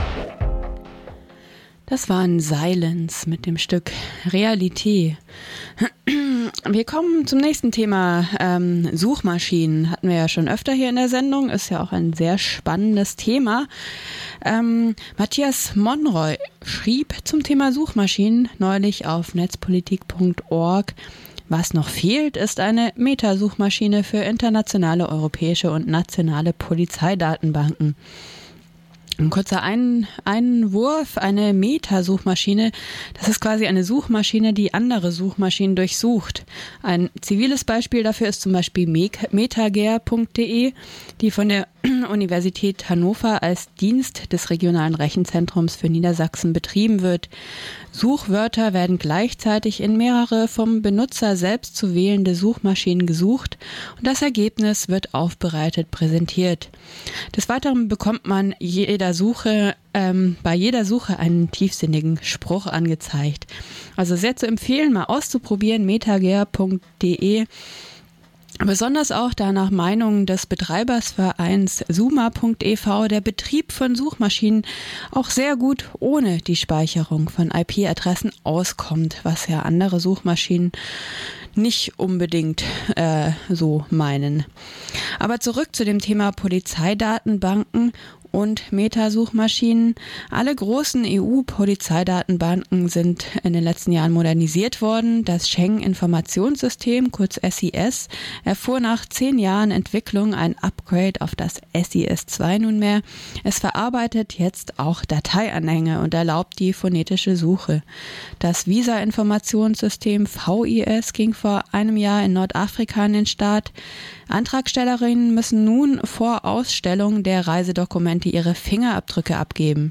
Das waren Silence mit dem Stück Realität. Wir kommen zum nächsten Thema. Ähm, Suchmaschinen hatten wir ja schon öfter hier in der Sendung. Ist ja auch ein sehr spannendes Thema. Ähm, Matthias Monroy schrieb zum Thema Suchmaschinen neulich auf netzpolitik punkt org. Was noch fehlt, ist eine Metasuchmaschine für internationale, europäische und nationale Polizeidatenbanken. Ein kurzer Ein- Einwurf, eine Metasuchmaschine, das ist quasi eine Suchmaschine, die andere Suchmaschinen durchsucht. Ein ziviles Beispiel dafür ist zum Beispiel metager punkt de, die von der Universität Hannover als Dienst des regionalen Rechenzentrums für Niedersachsen betrieben wird. Suchwörter werden gleichzeitig in mehrere vom Benutzer selbst zu wählende Suchmaschinen gesucht und das Ergebnis wird aufbereitet präsentiert. Des Weiteren bekommt man jeder Suche, ähm, bei jeder Suche einen tiefsinnigen Spruch angezeigt. Also sehr zu empfehlen, mal auszuprobieren, metager punkt de. Besonders auch da nach Meinung des Betreibersvereins suma punkt e v der Betrieb von Suchmaschinen auch sehr gut ohne die Speicherung von I P-Adressen auskommt, was ja andere Suchmaschinen nicht unbedingt äh, so meinen. Aber zurück zu dem Thema Polizeidatenbanken und Metasuchmaschinen. Alle großen E U-Polizeidatenbanken sind in den letzten Jahren modernisiert worden. Das Schengen-Informationssystem, kurz S I S, erfuhr nach zehn Jahren Entwicklung ein Upgrade auf das S I S zwei nunmehr. Es verarbeitet jetzt auch Dateianhänge und erlaubt die phonetische Suche. Das Visa-Informationssystem V I S ging vor einem Jahr in Nordafrika an den Start. Antragstellerinnen müssen nun vor Ausstellung der Reisedokumente ihre Fingerabdrücke abgeben.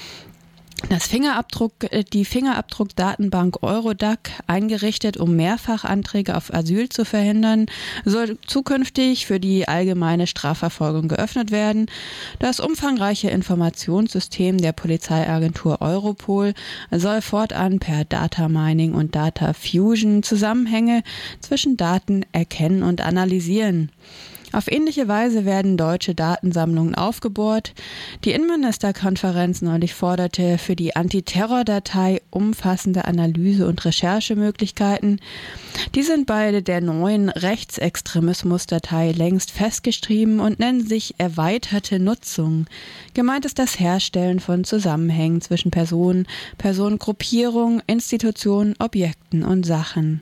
Das Fingerabdruck, die Fingerabdruckdatenbank Eurodac, eingerichtet, um Mehrfachanträge auf Asyl zu verhindern, soll zukünftig für die allgemeine Strafverfolgung geöffnet werden. Das umfangreiche Informationssystem der Polizeiagentur Europol soll fortan per Data Mining und Data Fusion Zusammenhänge zwischen Daten erkennen und analysieren. Auf ähnliche Weise werden deutsche Datensammlungen aufgebohrt. Die Innenministerkonferenz neulich forderte für die Antiterror-Datei umfassende Analyse- und Recherchemöglichkeiten. Die sind bei der neuen Rechtsextremismus-Datei längst festgeschrieben und nennen sich erweiterte Nutzung. Gemeint ist das Herstellen von Zusammenhängen zwischen Personen, Personengruppierungen, Institutionen, Objekten und Sachen.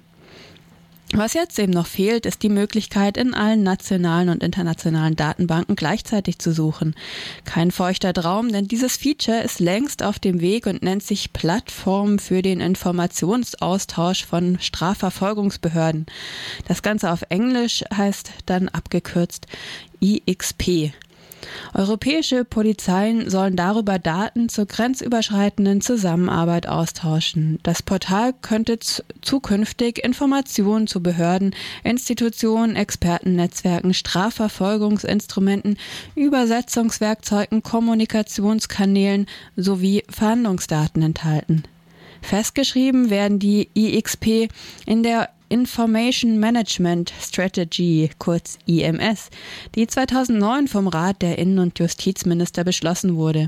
Was jetzt eben noch fehlt, ist die Möglichkeit, in allen nationalen und internationalen Datenbanken gleichzeitig zu suchen. Kein feuchter Traum, denn dieses Feature ist längst auf dem Weg und nennt sich Plattform für den Informationsaustausch von Strafverfolgungsbehörden. Das Ganze auf Englisch heißt dann abgekürzt I X P. Europäische Polizeien sollen darüber Daten zur grenzüberschreitenden Zusammenarbeit austauschen. Das Portal könnte z- zukünftig Informationen zu Behörden, Institutionen, Expertennetzwerken, Strafverfolgungsinstrumenten, Übersetzungswerkzeugen, Kommunikationskanälen sowie Verhandlungsdaten enthalten. Festgeschrieben werden die I X P in der Information Management Strategy, kurz I M S, die zweitausendneun vom Rat der Innen- und Justizminister beschlossen wurde.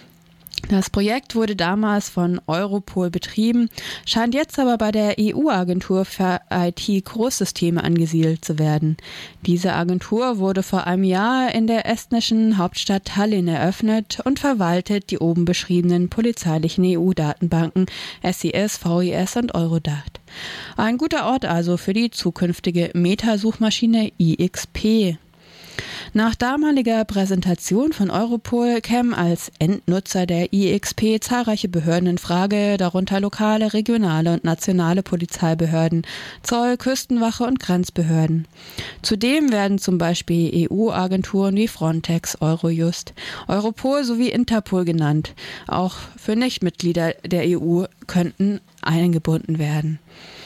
Das Projekt wurde damals von Europol betrieben, scheint jetzt aber bei der E U-Agentur für I T-Großsysteme angesiedelt zu werden. Diese Agentur wurde vor einem Jahr in der estnischen Hauptstadt Tallinn eröffnet und verwaltet die oben beschriebenen polizeilichen E U-Datenbanken S I S, V I S und Eurodac. Ein guter Ort also für die zukünftige Metasuchmaschine I X P. Nach damaliger Präsentation von Europol kämen als Endnutzer der I X P zahlreiche Behörden in Frage, darunter lokale, regionale und nationale Polizeibehörden, Zoll, Küstenwache und Grenzbehörden. Zudem werden zum Beispiel E U-Agenturen wie Frontex, Eurojust, Europol sowie Interpol genannt. Auch für Nichtmitglieder der E U könnten eingebunden werden.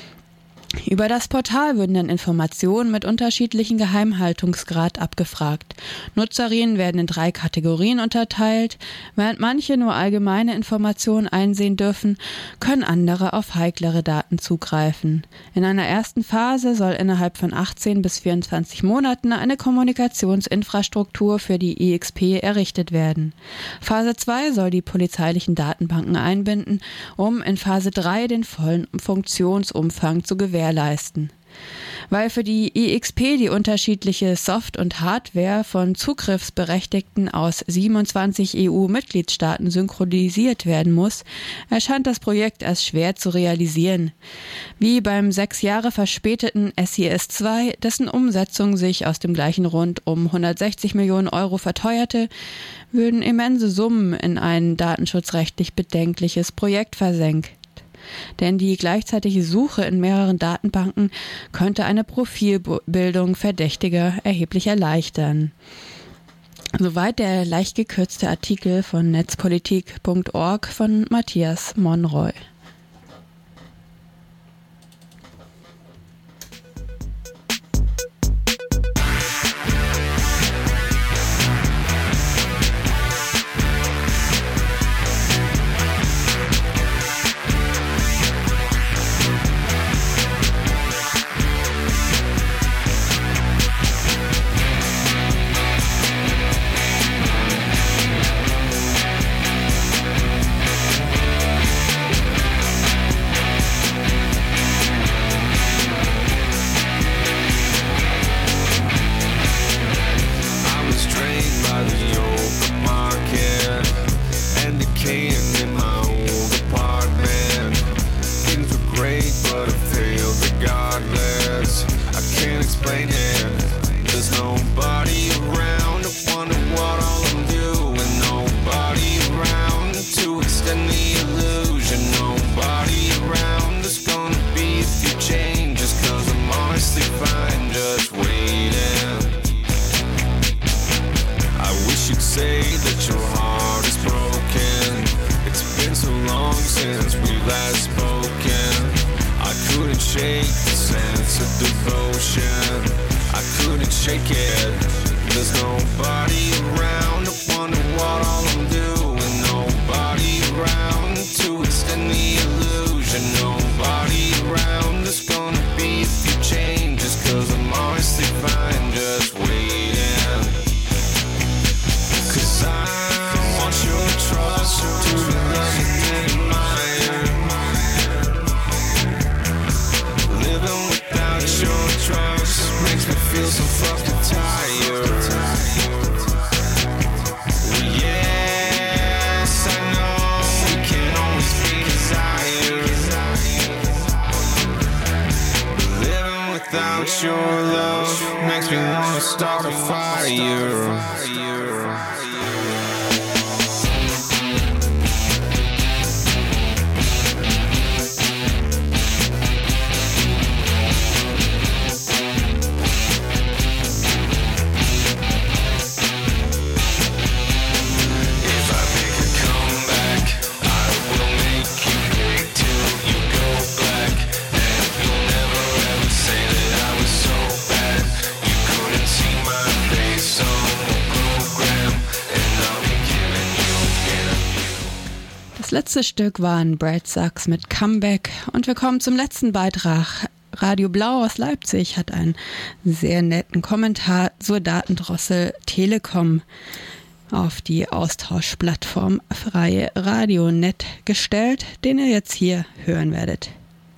Über das Portal würden dann Informationen mit unterschiedlichem Geheimhaltungsgrad abgefragt. Nutzerinnen werden in drei Kategorien unterteilt. Während manche nur allgemeine Informationen einsehen dürfen, können andere auf heiklere Daten zugreifen. In einer ersten Phase soll innerhalb von achtzehn bis vierundzwanzig Monaten eine Kommunikationsinfrastruktur für die I X P errichtet werden. Phase zwei soll die polizeilichen Datenbanken einbinden, um in Phase drei den vollen Funktionsumfang zu gewährleisten. Weil für die I X P die unterschiedliche Soft- und Hardware von Zugriffsberechtigten aus siebenundzwanzig E U-Mitgliedstaaten synchronisiert werden muss, erscheint das Projekt als schwer zu realisieren. Wie beim sechs Jahre verspäteten S I S zwei, dessen Umsetzung sich aus dem gleichen Grund um hundertsechzig Millionen Euro verteuerte, würden immense Summen in ein datenschutzrechtlich bedenkliches Projekt versenkt. Denn die gleichzeitige Suche in mehreren Datenbanken könnte eine Profilbildung Verdächtiger erheblich erleichtern. Soweit der leicht gekürzte Artikel von netzpolitik punkt org von Matthias Monroy. Das letzte Stück waren Brad Sachs mit Comeback und wir kommen zum letzten Beitrag. Radio Blau aus Leipzig hat einen sehr netten Kommentar zur Datendrossel Telekom auf die Austauschplattform Freie Radio.net gestellt, den ihr jetzt hier hören werdet.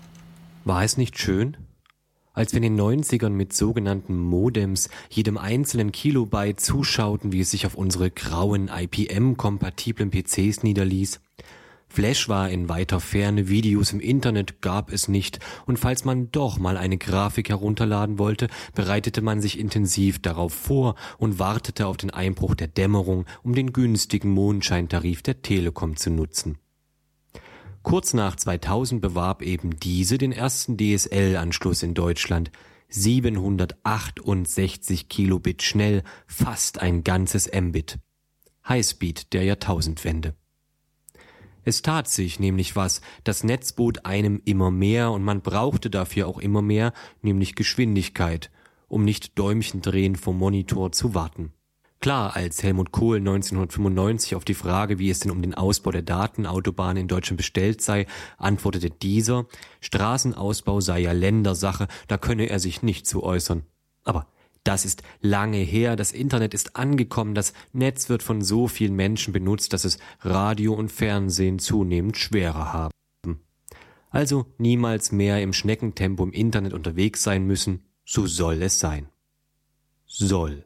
War es nicht schön? Als wir in den neunzigern mit sogenannten Modems jedem einzelnen Kilobyte zuschauten, wie es sich auf unsere grauen I P M-kompatiblen P Cs niederließ. Flash war in weiter Ferne, Videos im Internet gab es nicht und falls man doch mal eine Grafik herunterladen wollte, bereitete man sich intensiv darauf vor und wartete auf den Einbruch der Dämmerung, um den günstigen Mondscheintarif der Telekom zu nutzen. Kurz nach zweitausend bewarb eben diese den ersten D S L-Anschluss in Deutschland. siebenhundertachtundsechzig Kilobit schnell, fast ein ganzes Mbit. Highspeed der Jahrtausendwende. Es tat sich nämlich was, das Netz bot einem immer mehr und man brauchte dafür auch immer mehr, nämlich Geschwindigkeit, um nicht däumchendrehend vom Monitor zu warten. Klar, als Helmut Kohl neunzehnhundertfünfundneunzig auf die Frage, wie es denn um den Ausbau der Datenautobahnen in Deutschland bestellt sei, antwortete dieser, Straßenausbau sei ja Ländersache, da könne er sich nicht zu äußern. Aber das ist lange her, das Internet ist angekommen, das Netz wird von so vielen Menschen benutzt, dass es Radio und Fernsehen zunehmend schwerer haben. Also niemals mehr im Schneckentempo im Internet unterwegs sein müssen, so soll es sein. Soll.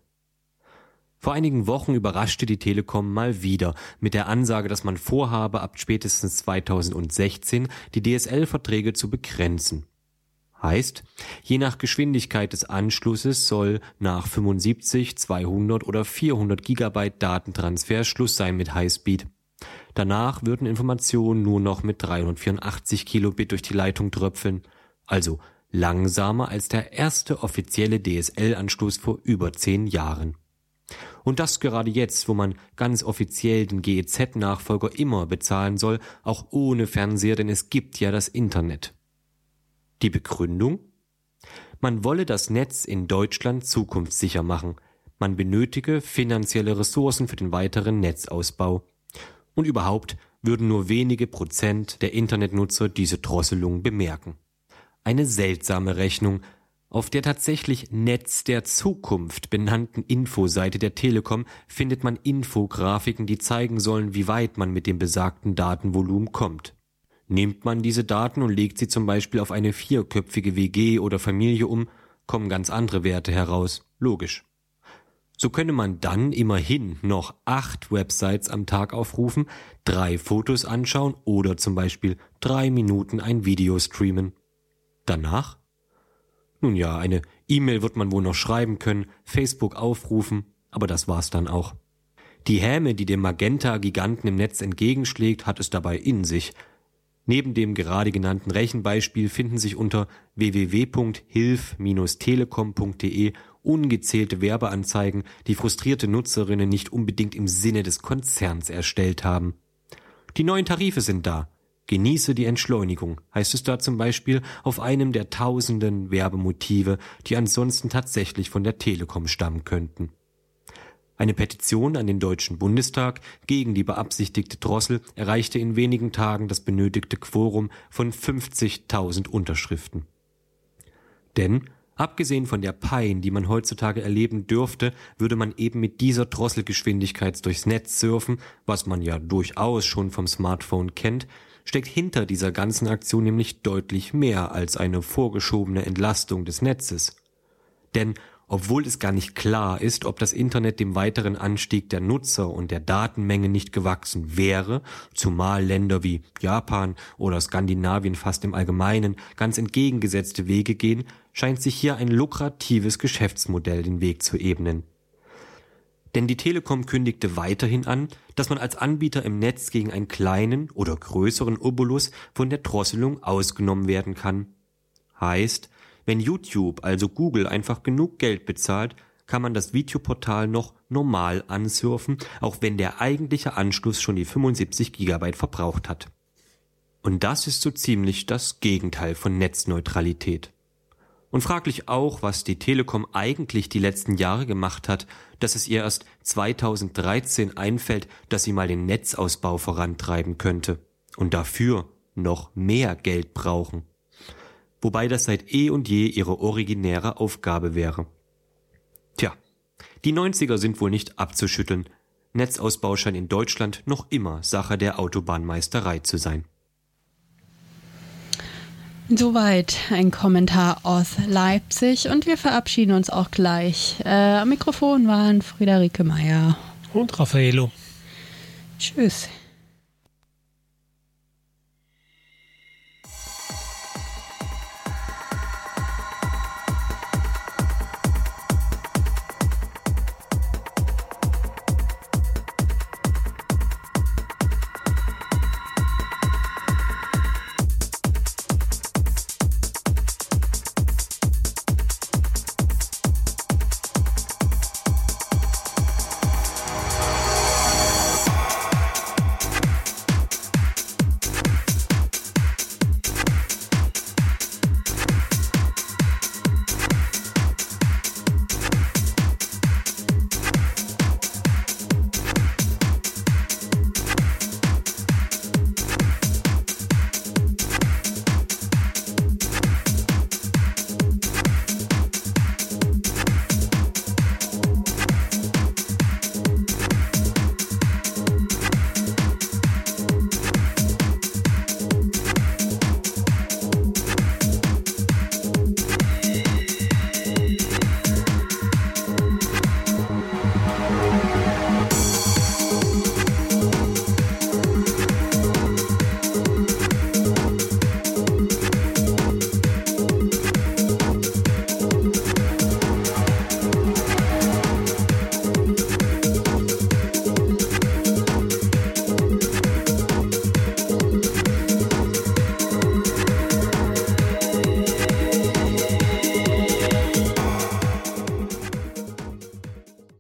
Vor einigen Wochen überraschte die Telekom mal wieder mit der Ansage, dass man vorhabe, ab spätestens zweitausendsechzehn die D S L-Verträge zu begrenzen. Heißt, je nach Geschwindigkeit des Anschlusses soll nach fünfundsiebzig, zweihundert oder vierhundert Gigabyte Datentransfer Schluss sein mit Highspeed. Danach würden Informationen nur noch mit dreihundertvierundachtzig Kilobit durch die Leitung tröpfeln, also langsamer als der erste offizielle D S L-Anschluss vor über zehn Jahren. Und das gerade jetzt, wo man ganz offiziell den G E Z-Nachfolger immer bezahlen soll, auch ohne Fernseher, denn es gibt ja das Internet. Die Begründung? Man wolle das Netz in Deutschland zukunftssicher machen. Man benötige finanzielle Ressourcen für den weiteren Netzausbau. Und überhaupt würden nur wenige Prozent der Internetnutzer diese Drosselung bemerken. Eine seltsame Rechnung. Auf der tatsächlich Netz der Zukunft benannten Infoseite der Telekom findet man Infografiken, die zeigen sollen, wie weit man mit dem besagten Datenvolumen kommt. Nimmt man diese Daten und legt sie zum Beispiel auf eine vierköpfige W G oder Familie um, kommen ganz andere Werte heraus. Logisch. So könne man dann immerhin noch acht Websites am Tag aufrufen, drei Fotos anschauen oder zum Beispiel drei Minuten ein Video streamen. Danach? Nun ja, eine E-Mail wird man wohl noch schreiben können, Facebook aufrufen, aber das war's dann auch. Die Häme, die dem Magenta-Giganten im Netz entgegenschlägt, hat es dabei in sich. Neben dem gerade genannten Rechenbeispiel finden sich unter w w w punkt hilf Bindestrich telekom punkt de ungezählte Werbeanzeigen, die frustrierte Nutzerinnen nicht unbedingt im Sinne des Konzerns erstellt haben. Die neuen Tarife sind da. Genieße die Entschleunigung, heißt es da zum Beispiel auf einem der tausenden Werbemotive, die ansonsten tatsächlich von der Telekom stammen könnten. Eine Petition an den Deutschen Bundestag gegen die beabsichtigte Drossel erreichte in wenigen Tagen das benötigte Quorum von fünfzigtausend Unterschriften. Denn, abgesehen von der Pein, die man heutzutage erleben dürfte, würde man eben mit dieser Drosselgeschwindigkeit durchs Netz surfen, was man ja durchaus schon vom Smartphone kennt, steckt hinter dieser ganzen Aktion nämlich deutlich mehr als eine vorgeschobene Entlastung des Netzes. Denn obwohl es gar nicht klar ist, ob das Internet dem weiteren Anstieg der Nutzer und der Datenmenge nicht gewachsen wäre, zumal Länder wie Japan oder Skandinavien fast im Allgemeinen ganz entgegengesetzte Wege gehen, scheint sich hier ein lukratives Geschäftsmodell den Weg zu ebnen. Denn die Telekom kündigte weiterhin an, dass man als Anbieter im Netz gegen einen kleinen oder größeren Obolus von der Drosselung ausgenommen werden kann. Heißt, wenn YouTube, also Google, einfach genug Geld bezahlt, kann man das Videoportal noch normal ansurfen, auch wenn der eigentliche Anschluss schon die fünfundsiebzig Gigabyte verbraucht hat. Und das ist so ziemlich das Gegenteil von Netzneutralität. Und fraglich auch, was die Telekom eigentlich die letzten Jahre gemacht hat, dass es ihr erst zweitausenddreizehn einfällt, dass sie mal den Netzausbau vorantreiben könnte und dafür noch mehr Geld brauchen. Wobei das seit eh und je ihre originäre Aufgabe wäre. Tja, die neunziger sind wohl nicht abzuschütteln. Netzausbau scheint in Deutschland noch immer Sache der Autobahnmeisterei zu sein. Soweit ein Kommentar aus Leipzig und wir verabschieden uns auch gleich. Äh, am Mikrofon waren Friederike Meier und Raffaello. Tschüss.